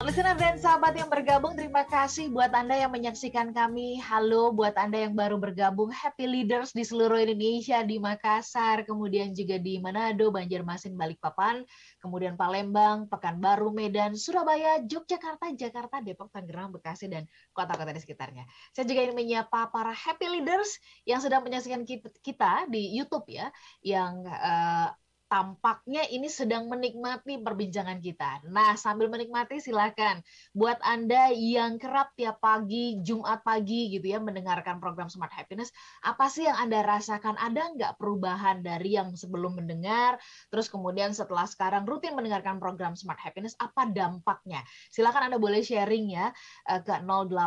Listener dan sahabat yang bergabung, terima kasih buat Anda yang menyaksikan kami. Halo buat Anda yang baru bergabung, Happy Leaders di seluruh Indonesia, di Makassar, kemudian juga di Manado, Banjarmasin, Balikpapan, kemudian Palembang, Pekanbaru, Medan, Surabaya, Yogyakarta, Jakarta, Depok, Tangerang, Bekasi, dan kota-kota di sekitarnya. Saya juga ingin menyapa para Happy Leaders yang sedang menyaksikan kita di YouTube ya, yang tampaknya ini sedang menikmati perbincangan kita. Nah, sambil menikmati silakan buat Anda yang kerap tiap pagi, Jumat pagi gitu ya, mendengarkan program Smart Happiness, apa sih yang Anda rasakan? Ada nggak perubahan dari yang sebelum mendengar, terus kemudian setelah sekarang rutin mendengarkan program Smart Happiness, apa dampaknya? Silakan Anda boleh sharing ya ke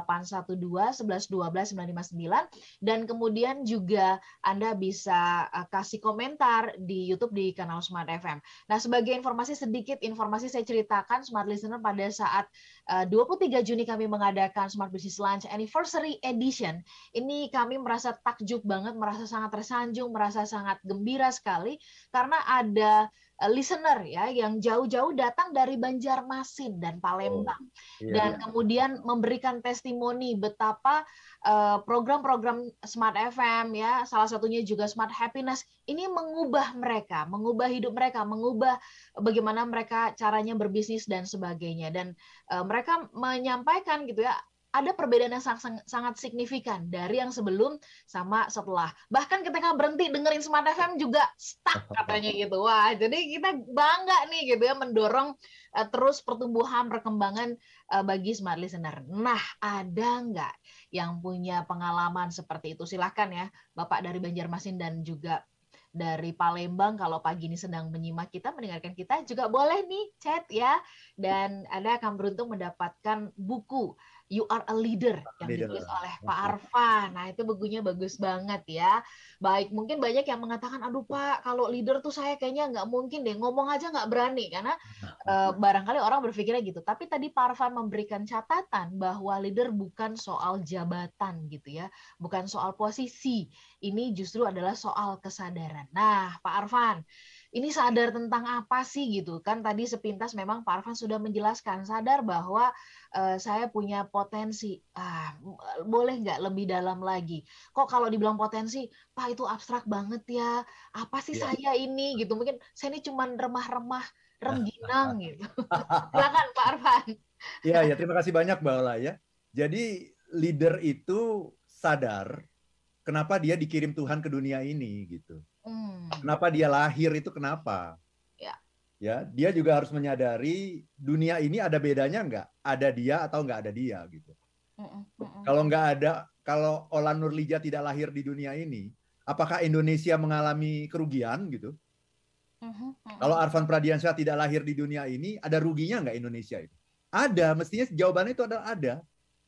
0812 11 12 959, dan kemudian juga Anda bisa kasih komentar di YouTube di kanal Smart FM. Nah, sebagai informasi sedikit, informasi saya ceritakan Smart Listener pada saat 23 Juni kami mengadakan Smart Business Lunch Anniversary Edition. Ini kami merasa takjub banget, merasa sangat tersanjung, merasa sangat gembira sekali karena ada listener ya yang jauh-jauh datang dari Banjarmasin dan Palembang, dan kemudian memberikan testimoni betapa program-program Smart FM ya, salah satunya juga Smart Happiness ini mengubah mereka, mengubah hidup mereka, mengubah bagaimana mereka caranya berbisnis dan sebagainya. Dan mereka menyampaikan gitu ya, ada perbedaan yang sangat signifikan dari yang sebelum sama setelah. Bahkan ketika berhenti dengerin Smart FM juga stuck katanya gitu. Wah, jadi kita bangga nih gitu ya, mendorong terus pertumbuhan, perkembangan bagi Smart Listener. Nah, ada nggak yang punya pengalaman seperti itu? Silahkan ya, Bapak dari Banjarmasin dan juga dari Palembang, kalau pagi ini sedang menyimak kita, mendengarkan kita, juga boleh nih chat ya, dan Anda akan beruntung mendapatkan buku You Are a Leader yang ditulis oleh Pak Arfan. Nah, itu bukunya bagus banget ya. Baik, mungkin banyak yang mengatakan, aduh Pak, kalau leader tuh saya kayaknya nggak mungkin deh, ngomong aja nggak berani, karena barangkali orang berpikirnya gitu. Tapi tadi Pak Arfan memberikan catatan bahwa leader bukan soal jabatan gitu ya, bukan soal posisi, ini justru adalah soal kesadaran. Nah, Pak Arfan, ini sadar tentang apa sih gitu kan? Tadi sepintas memang Pak Arfan sudah menjelaskan, sadar bahwa saya punya potensi. Boleh nggak lebih dalam lagi? Kok kalau dibilang potensi, Pak itu abstrak banget ya. Apa sih saya ini gitu? Mungkin saya ini cuma remah-remah, rengginang gitu. Silakan Pak Arfan. Ya, terima kasih banyak Mbak Ola ya. Jadi leader itu sadar kenapa dia dikirim Tuhan ke dunia ini gitu. Kenapa dia lahir itu kenapa? Ya. Ya, dia juga harus menyadari dunia ini ada bedanya nggak? Ada dia atau nggak ada dia gitu. Kalau nggak ada, kalau Olan Nurlija tidak lahir di dunia ini, apakah Indonesia mengalami kerugian gitu? Kalau Arfan Pradiansyah tidak lahir di dunia ini, ada ruginya nggak Indonesia itu? Ada, mestinya jawabannya itu adalah ada.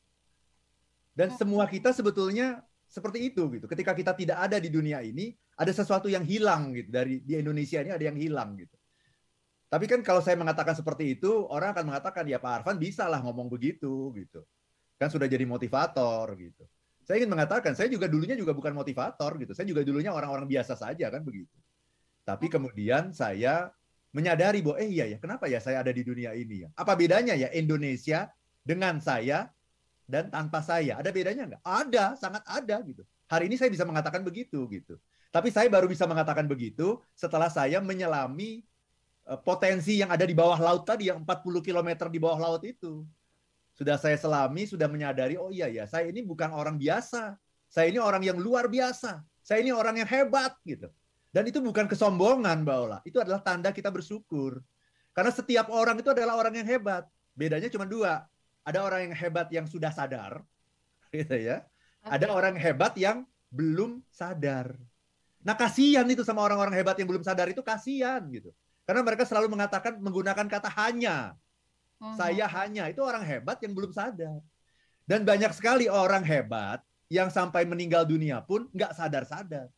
Dan semua kita sebetulnya seperti itu gitu. Ketika kita tidak ada di dunia ini, ada sesuatu yang hilang gitu. Dari di Indonesia ini ada yang hilang gitu. Tapi kan kalau saya mengatakan seperti itu, orang akan mengatakan ya Pak Arfan bisa lah ngomong begitu gitu. Kan sudah jadi motivator gitu. Saya ingin mengatakan, saya juga dulunya juga bukan motivator gitu. Saya juga dulunya orang-orang biasa saja kan begitu. Tapi kemudian saya menyadari bahwa iya ya, kenapa ya saya ada di dunia ini ya? Apa bedanya ya Indonesia dengan saya dan tanpa saya? Ada bedanya nggak? Ada, sangat ada gitu. Hari ini saya bisa mengatakan begitu gitu. Tapi saya baru bisa mengatakan begitu setelah saya menyelami potensi yang ada di bawah laut tadi, yang 40 km di bawah laut itu. Sudah saya selami, sudah menyadari, oh iya ya, saya ini bukan orang biasa. Saya ini orang yang luar biasa. Saya ini orang yang hebat gitu. Dan itu bukan kesombongan, Mbak Ola. Itu adalah tanda kita bersyukur. Karena setiap orang itu adalah orang yang hebat. Bedanya cuma dua. Ada orang yang hebat yang sudah sadar, gitu ya. Ada orang hebat yang belum sadar. Nah, kasihan itu sama orang-orang hebat yang belum sadar itu, kasihan gitu. Karena mereka selalu menggunakan kata hanya. Saya hanya, itu orang hebat yang belum sadar. Dan banyak sekali orang hebat yang sampai meninggal dunia pun nggak sadar-sadar.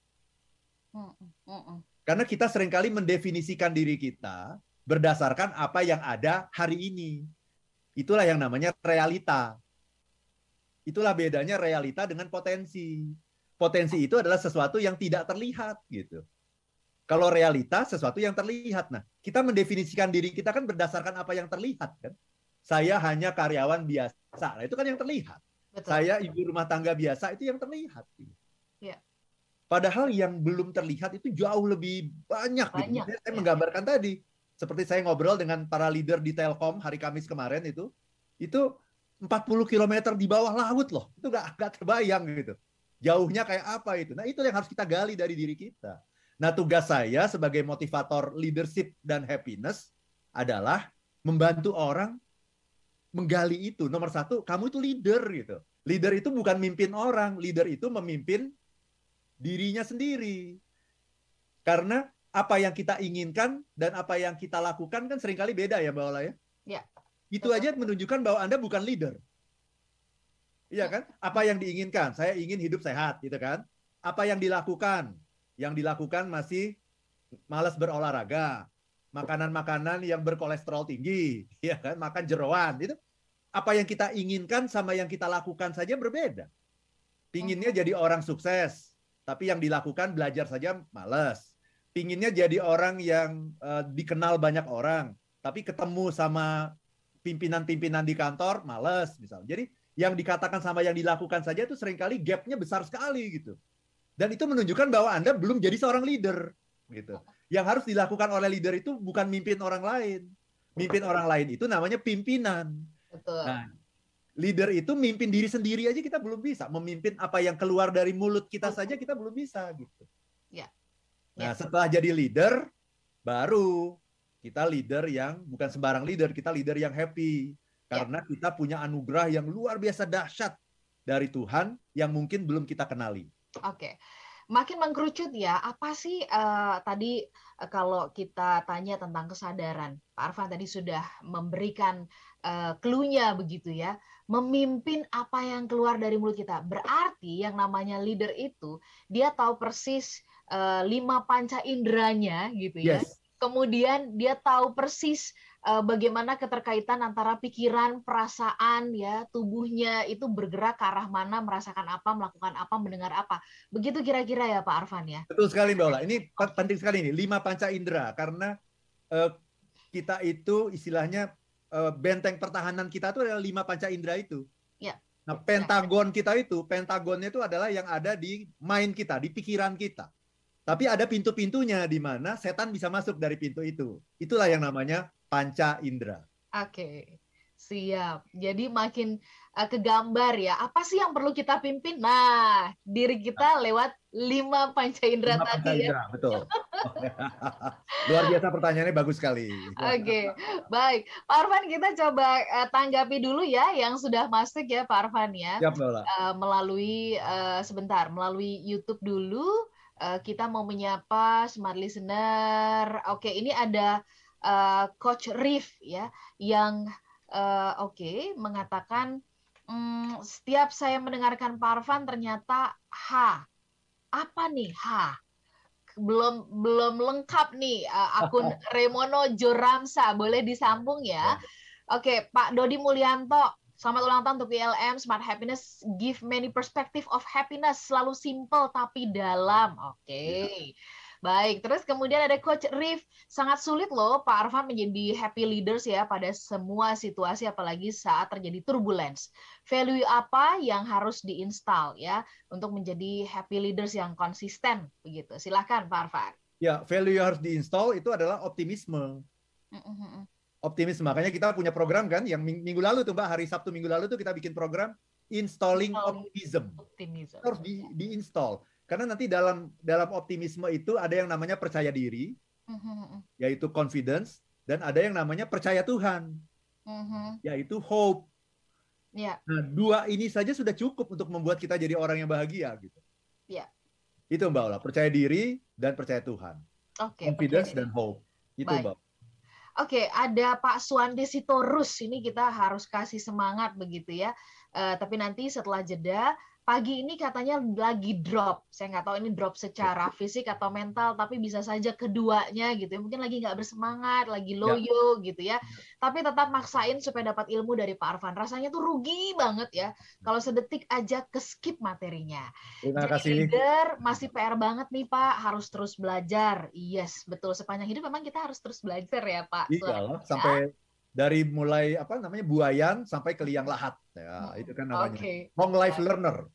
Karena kita seringkali mendefinisikan diri kita berdasarkan apa yang ada hari ini. Itulah yang namanya realita. Itulah bedanya realita dengan potensi. Potensi itu adalah sesuatu yang tidak terlihat gitu. Kalau realita sesuatu yang terlihat. Nah, kita mendefinisikan diri kita kan berdasarkan apa yang terlihat kan. saya hanya karyawan biasa. Nah, itu kan yang terlihat. Betul. Saya ibu rumah tangga biasa, itu yang terlihat. Ya. Padahal yang belum terlihat itu jauh lebih banyak. Gitu. Saya menggambarkan tadi. Seperti saya ngobrol dengan para leader di Telkom hari Kamis kemarin itu 40 km di bawah laut loh. Itu nggak terbayang gitu. Jauhnya kayak apa itu. Nah, itu yang harus kita gali dari diri kita. Nah, tugas saya sebagai motivator leadership dan happiness adalah membantu orang menggali itu. Nomor satu, kamu itu leader gitu. Leader itu bukan mimpin orang. Leader itu memimpin dirinya sendiri. Karena apa yang kita inginkan dan apa yang kita lakukan kan seringkali beda ya Mbak Ola ya? Ya. Itu aja menunjukkan bahwa Anda bukan leader. Iya kan? Apa yang diinginkan? Saya ingin hidup sehat, gitu kan? Apa yang dilakukan? Yang dilakukan masih malas berolahraga, makanan-makanan yang berkolesterol tinggi, ya kan? Makan jeroan. Itu apa yang kita inginkan sama yang kita lakukan saja berbeda. Pinginnya jadi orang sukses, tapi yang dilakukan belajar saja malas. Pinginnya jadi orang yang dikenal banyak orang, tapi ketemu sama pimpinan-pimpinan di kantor malas misalnya. Jadi yang dikatakan sama yang dilakukan saja itu seringkali gapnya besar sekali gitu. Dan itu menunjukkan bahwa Anda belum jadi seorang leader gitu. Yang harus dilakukan oleh leader itu bukan mimpin orang lain. Mimpin orang lain itu namanya pimpinan. Betul. Nah, leader itu mimpin diri sendiri aja kita belum bisa. Memimpin apa yang keluar dari mulut kita saja kita belum bisa gitu. Ya. Nah, setelah jadi leader, baru kita leader yang bukan sembarang leader, kita leader yang happy. Karena kita punya anugerah yang luar biasa dahsyat dari Tuhan yang mungkin belum kita kenali. Oke. Makin mengkerucut ya, apa sih tadi kalau kita tanya tentang kesadaran, Pak Arfan tadi sudah memberikan clue-nya begitu ya, memimpin apa yang keluar dari mulut kita. Berarti yang namanya leader itu, dia tahu persis 5 panca inderanya gitu ya. Yes. Kemudian dia tahu persis bagaimana keterkaitan antara pikiran, perasaan, ya, tubuhnya itu bergerak ke arah mana, merasakan apa, melakukan apa, mendengar apa. Begitu kira-kira ya Pak Arfan ya. Betul sekali Mbak Ola. Ini penting sekali nih, 5 panca indera karena kita itu istilahnya benteng pertahanan kita itu adalah 5 panca indera itu. Ya. Nah, pentagon kita itu, pentagonnya itu adalah yang ada di mind kita, di pikiran kita. Tapi ada pintu-pintunya di mana setan bisa masuk dari pintu itu. Itulah yang namanya panca indera. Oke, siap. Jadi makin kegambar ya. Apa sih yang perlu kita pimpin? Nah, diri kita lewat 5 panca indera tadi ya. Betul. Luar biasa pertanyaannya, bagus sekali. Oke, baik. Pak Arfan, kita coba tanggapi dulu ya yang sudah masuk ya Pak Arfan ya. Siap, melalui sebentar, melalui YouTube dulu. Kita mau menyapa smart listener. Oke, ini ada Coach Rif ya yang mengatakan setiap saya mendengarkan Pak Arfan ternyata apa nih belum lengkap nih akun Remono Joramsa, boleh disambung ya. Oke, Pak Dodi Mulyanto, selamat ulang tahun untuk PLM Smart Happiness, give many perspective of happiness, selalu simple tapi dalam. Oke. Baik, terus kemudian ada Coach Rif, sangat sulit loh Pak Arfan menjadi happy leaders ya pada semua situasi apalagi saat terjadi turbulence. Value apa yang harus diinstal ya untuk menjadi happy leaders yang konsisten begitu. Silakan Pak Arfan. Ya, value yang harus diinstal itu adalah optimisme. Optimisme. Makanya kita punya program kan yang minggu lalu tuh Mbak, hari Sabtu minggu lalu tuh kita bikin program Installing Optimism. Harus diinstal. Karena nanti dalam optimisme itu ada yang namanya percaya diri, yaitu confidence, dan ada yang namanya percaya Tuhan, yaitu hope. Yeah. Nah, 2 ini saja sudah cukup untuk membuat kita jadi orang yang bahagia gitu. Yeah. Itu Mbak Ola, percaya diri dan percaya Tuhan. Confidence dan hope. Itu Mbak. Oke, ada Pak Suwandi Sitorus. Ini kita harus kasih semangat begitu ya. Tapi nanti setelah jeda, pagi ini katanya lagi drop. Saya nggak tahu ini drop secara fisik atau mental, tapi bisa saja keduanya gitu ya. Mungkin lagi nggak bersemangat, lagi loyo gitu ya. Tapi tetap maksain supaya dapat ilmu dari Pak Arfan. Rasanya tuh rugi banget ya kalau sedetik aja ke-skip materinya. Terima kasih. Leader masih PR banget nih Pak, harus terus belajar. Yes, betul. Sepanjang hidup memang kita harus terus belajar ya Pak. Iya, Dari mulai apa namanya buayan sampai ke liang lahat. Ya, itu kan namanya. Oke. Long life learner.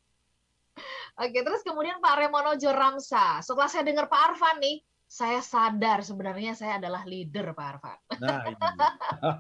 Oke, terus kemudian Pak Remono Joramsa. Setelah saya dengar Pak Arfan nih, saya sadar sebenarnya saya adalah leader, Pak Arfan. Nah, ini dia.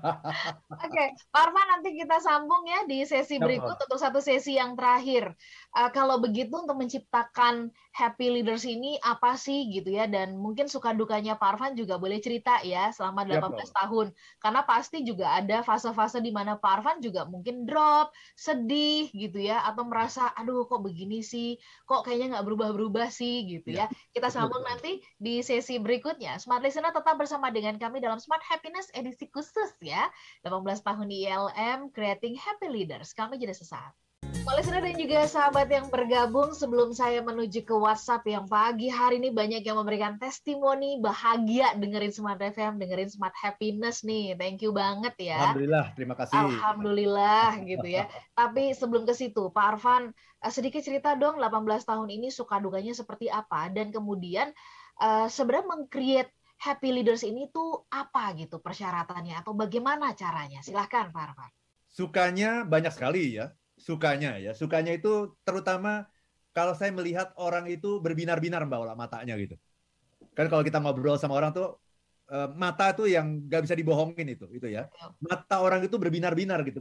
Oke, Pak Arfan, nanti kita sambung ya di sesi berikut untuk satu sesi yang terakhir. Kalau begitu untuk menciptakan happy leaders ini apa sih gitu ya, dan mungkin suka dukanya Pak Arfan juga boleh cerita ya selama 18 tahun. Karena pasti juga ada fase-fase di mana Pak Arfan juga mungkin drop, sedih gitu ya, atau merasa aduh kok begini sih, kok kayaknya nggak berubah-berubah sih gitu ya. Kita sambung nanti di sesi berikutnya. Smart Listener tetap bersama dengan kami dalam Smart Happiness edisi khusus ya. 18 tahun di ILM, Creating Happy Leaders. Kami jadi sesaat. Listener dan juga sahabat yang bergabung, sebelum saya menuju ke WhatsApp yang pagi hari ini banyak yang memberikan testimoni bahagia dengerin Smart FM, dengerin Smart Happiness nih. Thank you banget ya. Alhamdulillah, terima kasih. Alhamdulillah gitu ya. Tapi sebelum ke situ, Pak Arfan, sedikit cerita dong 18 tahun ini suka dukanya seperti apa, dan kemudian sebenarnya meng-create happy leaders ini tuh apa gitu persyaratannya atau bagaimana caranya? Silahkan Pak Arfan. Sukanya banyak sekali ya. Sukanya itu terutama kalau saya melihat orang itu berbinar-binar Mbak Ola matanya gitu. Kan kalau kita ngobrol sama orang tuh mata tuh yang nggak bisa dibohongin itu ya. Mata orang itu berbinar-binar gitu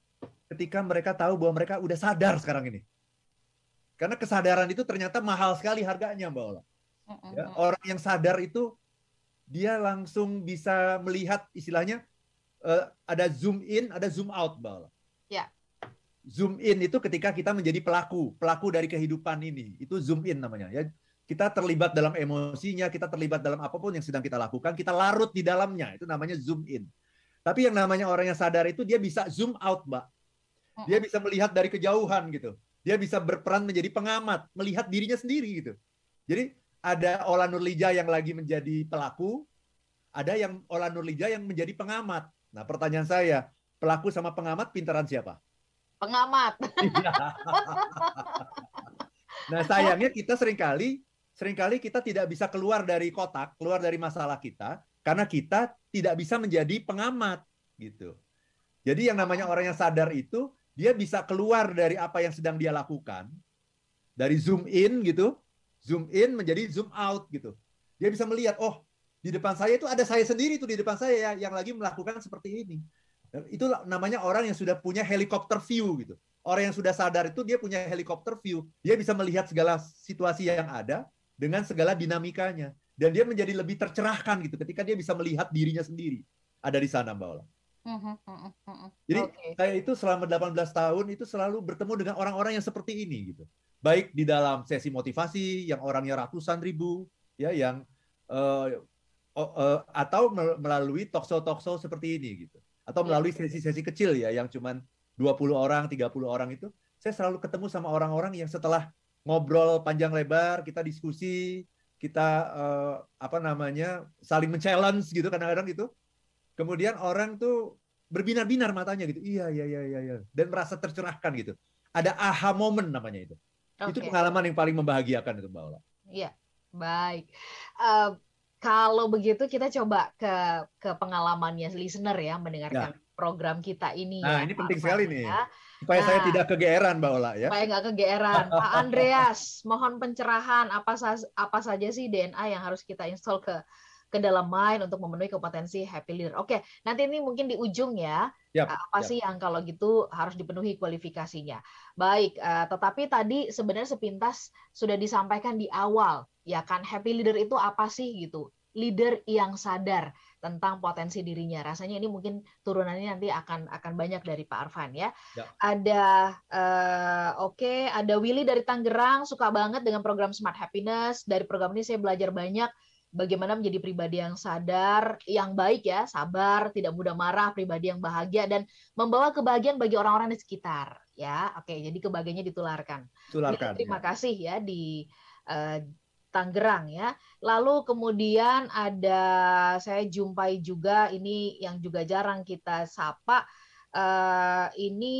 ketika mereka tahu bahwa mereka udah sadar sekarang ini. Karena kesadaran itu ternyata mahal sekali harganya Mbak Ola. Ya, orang yang sadar itu dia langsung bisa melihat istilahnya ada zoom in, ada zoom out, Mbak Ola. Ya. Zoom in itu ketika kita menjadi pelaku dari kehidupan ini. Itu zoom in namanya. Ya, kita terlibat dalam emosinya, kita terlibat dalam apapun yang sedang kita lakukan, kita larut di dalamnya. Itu namanya zoom in. Tapi yang namanya orang yang sadar itu dia bisa zoom out, Mbak. Dia bisa melihat dari kejauhan gitu. Dia bisa berperan menjadi pengamat, melihat dirinya sendiri gitu. Jadi ada Ola Nurlija yang lagi menjadi pelaku, ada yang Ola Nurlija yang menjadi pengamat. Nah, pertanyaan saya, pelaku sama pengamat pintaran siapa? Pengamat. Nah, sayangnya kita seringkali kita tidak bisa keluar dari kotak, keluar dari masalah kita, karena kita tidak bisa menjadi pengamat gitu. Jadi yang namanya orang yang sadar itu, dia bisa keluar dari apa yang sedang dia lakukan, dari zoom in gitu, zoom in menjadi zoom out gitu. Dia bisa melihat, oh di depan saya itu ada saya sendiri tuh di depan saya yang lagi melakukan seperti ini. Dan itu namanya orang yang sudah punya helikopter view gitu. Orang yang sudah sadar itu dia punya helikopter view. Dia bisa melihat segala situasi yang ada dengan segala dinamikanya. Dan dia menjadi lebih tercerahkan gitu ketika dia bisa melihat dirinya sendiri. Ada di sana Mbak Ola. Jadi saya itu selama 18 tahun itu selalu bertemu dengan orang-orang yang seperti ini gitu. Baik di dalam sesi motivasi yang orangnya ratusan ribu, ya yang atau melalui talk show seperti ini gitu. Atau melalui sesi-sesi kecil ya yang cuman 20 orang, 30 orang itu, saya selalu ketemu sama orang-orang yang setelah ngobrol panjang lebar, kita diskusi, kita saling men-challenge gitu kadang-kadang gitu. Kemudian orang tuh berbinar-binar matanya gitu. Iya. Dan merasa tercerahkan gitu. Ada aha moment namanya itu. Itu pengalaman yang paling membahagiakan itu Mbak Ola. Iya, baik. Kalau begitu kita coba ke pengalamannya listener ya mendengarkan program kita ini. Nah, ini penting sekali nih. Supaya saya tidak kegeeran Mbak Ola ya. Supaya nggak kegeeran. Pak Andreas, mohon pencerahan apa saja sih DNA yang harus kita install ke dalam mind untuk memenuhi kompetensi happy leader. Oke, nanti ini mungkin di ujung ya. Apa sih yang kalau gitu harus dipenuhi kualifikasinya. Baik, tetapi tadi sebenarnya sepintas sudah disampaikan di awal, ya kan, happy leader itu apa sih gitu. Leader yang sadar tentang potensi dirinya. Rasanya ini mungkin turunannya nanti akan banyak dari Pak Arfan ya. Ada ada Willy dari Tangerang, suka banget dengan program Smart Happiness. Dari program ini saya belajar banyak bagaimana menjadi pribadi yang sadar, yang baik ya, sabar, tidak mudah marah, pribadi yang bahagia, dan membawa kebahagiaan bagi orang-orang di sekitar. Ya, oke, jadi kebahagiaannya ditularkan. Terima kasih ya di Tangerang ya. Lalu kemudian ada saya jumpai juga ini yang juga jarang kita sapa. Ini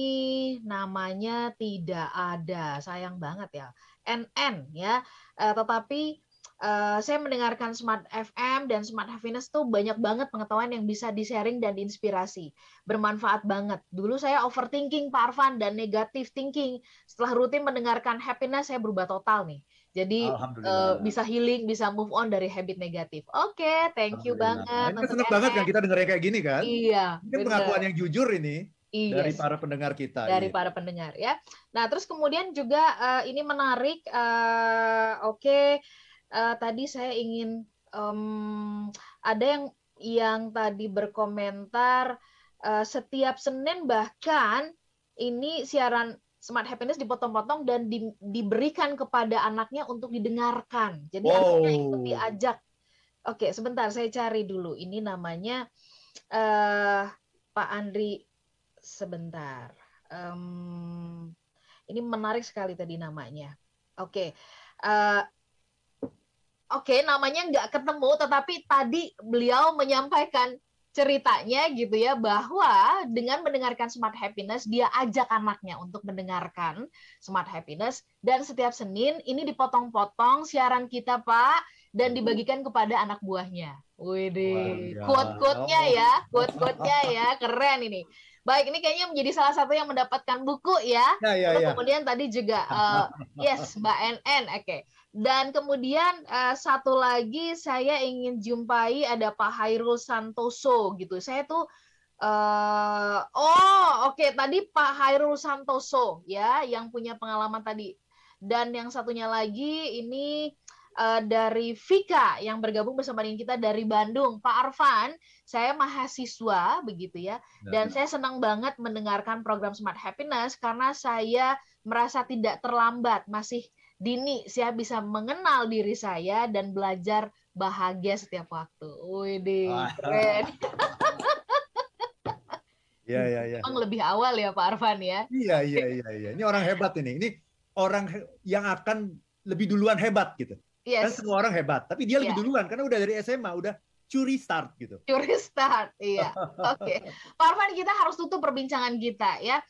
namanya tidak ada, sayang banget ya. NN ya. Tetapi saya mendengarkan Smart FM dan Smart Happiness tuh banyak banget pengetahuan yang bisa di-sharing dan diinspirasi. Bermanfaat banget. Dulu saya overthinking, Pak Arfan, dan negative thinking. Setelah rutin mendengarkan Happiness, saya berubah total nih. Jadi bisa healing, bisa move on dari habit negatif. Oke, thank you banget. Ini kan senang banget kan kita dengarnya kayak gini kan? Iya. Ini kan pengakuan yang jujur ini. Dari para pendengar kita. Dari para pendengar ya. Nah, terus kemudian juga ini menarik. Tadi saya ingin ada yang tadi berkomentar setiap Senin bahkan ini siaran Smart Happiness dipotong-potong dan diberikan kepada anaknya untuk didengarkan. Jadi anaknya ikut diajak. Oke, sebentar saya cari dulu. Ini namanya Pak Andri. Sebentar. Ini menarik sekali tadi namanya. Oke, namanya nggak ketemu, tetapi tadi beliau menyampaikan ceritanya gitu ya, bahwa dengan mendengarkan Smart Happiness, dia ajak anaknya untuk mendengarkan Smart Happiness, dan setiap Senin ini dipotong-potong siaran kita, Pak, dan dibagikan kepada anak buahnya. Widih, quote-quote-nya ya, keren ini. Baik, ini kayaknya menjadi salah satu yang mendapatkan buku ya. Kemudian tadi juga, yes, Mbak NN, oke. Dan kemudian satu lagi saya ingin jumpai ada Pak Hairul Santoso gitu. Saya tuh, tadi Pak Hairul Santoso ya, yang punya pengalaman tadi. Dan yang satunya lagi ini dari Vika yang bergabung bersama dengan kita dari Bandung. Pak Arfan, saya mahasiswa begitu ya, dan saya senang banget mendengarkan program Smart Happiness karena saya merasa tidak terlambat, masih dini saya bisa mengenal diri saya dan belajar bahagia setiap waktu. Widih, keren. Iya. Emang lebih awal ya Pak Arfan ya. Iya. Ini orang hebat ini. Ini orang yang akan lebih duluan hebat gitu. Kan semua orang hebat, tapi dia lebih duluan karena udah dari SMA udah curi start gitu. Curi start, iya. Oke. Pak Arfan, kita harus tutup perbincangan kita ya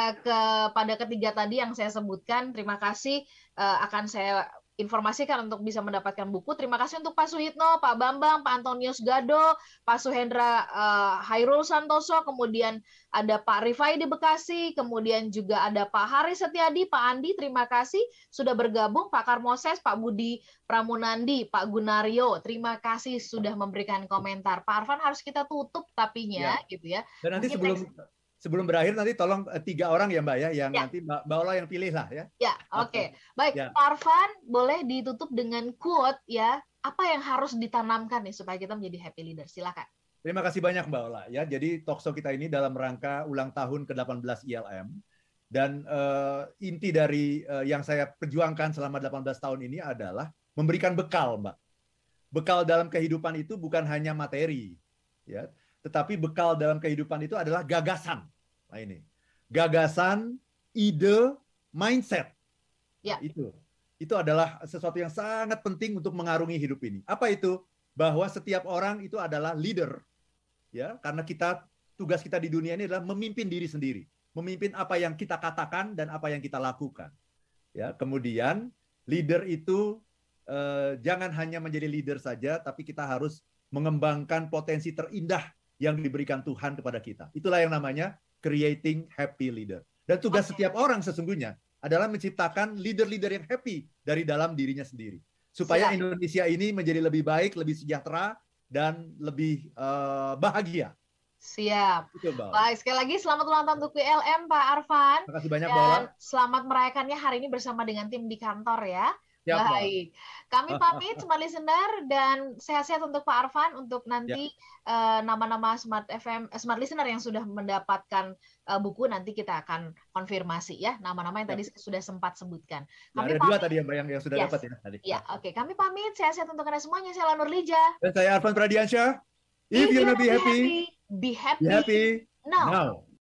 kepada ketiga tadi yang saya sebutkan. Terima kasih akan saya informasikan untuk bisa mendapatkan buku. Terima kasih untuk Pak Suhitno, Pak Bambang, Pak Antonius Gado, Pak Suhendra Hairul Santoso, kemudian ada Pak Rifai di Bekasi, kemudian juga ada Pak Haris Setiadi, Pak Andi, terima kasih sudah bergabung, Pak Karmoses, Pak Budi Pramunandi, Pak Gunario, terima kasih sudah memberikan komentar. Pak Arfan, harus kita tutup tapinya gitu ya. Dan nanti sebelum berakhir nanti tolong 3 orang ya Mbak ya, yang nanti Mbak Ola yang pilih lah ya. Ya, oke. Baik, Pak Arfan boleh ditutup dengan quote ya, apa yang harus ditanamkan nih supaya kita menjadi happy leader. Silakan. Terima kasih banyak Mbak Ola ya. Jadi talkshow kita ini dalam rangka ulang tahun ke-18 ILM, dan inti dari yang saya perjuangkan selama 18 tahun ini adalah memberikan bekal, Mbak. Bekal dalam kehidupan itu bukan hanya materi ya, tetapi bekal dalam kehidupan itu adalah gagasan. Nah ini, gagasan, ide, mindset. Ya. Itu adalah sesuatu yang sangat penting untuk mengarungi hidup ini. Apa itu? Bahwa setiap orang itu adalah leader. Ya, karena tugas kita di dunia ini adalah memimpin diri sendiri. Memimpin apa yang kita katakan dan apa yang kita lakukan. Ya, kemudian leader itu jangan hanya menjadi leader saja, tapi kita harus mengembangkan potensi terindah yang diberikan Tuhan kepada kita. Itulah yang namanya creating happy leader. Dan tugas setiap orang sesungguhnya adalah menciptakan leader-leader yang happy dari dalam dirinya sendiri. Supaya Indonesia ini menjadi lebih baik, lebih sejahtera, dan lebih bahagia. Siap. Baik, sekali lagi selamat ulang tahun untuk ILM, Pak Arfan. Terima kasih banyak, Mbak. Selamat merayakannya hari ini bersama dengan tim di kantor ya. Siap, baik. Kami pamit Smart Listener, dan sehat-sehat untuk Pak Arfan untuk nanti nama-nama Smart FM, Smart Listener yang sudah mendapatkan buku, nanti kita akan konfirmasi ya nama-nama yang tadi sudah sempat sebutkan. Kami ada 2 tadi ya Mbak yang sudah dapat ya tadi. Ya, oke. Kami pamit, sehat-sehat untuk Anda semuanya. Saya Lala Nurlija. Dan saya Arfan Pradiansyah. If you wanna be happy, be happy now.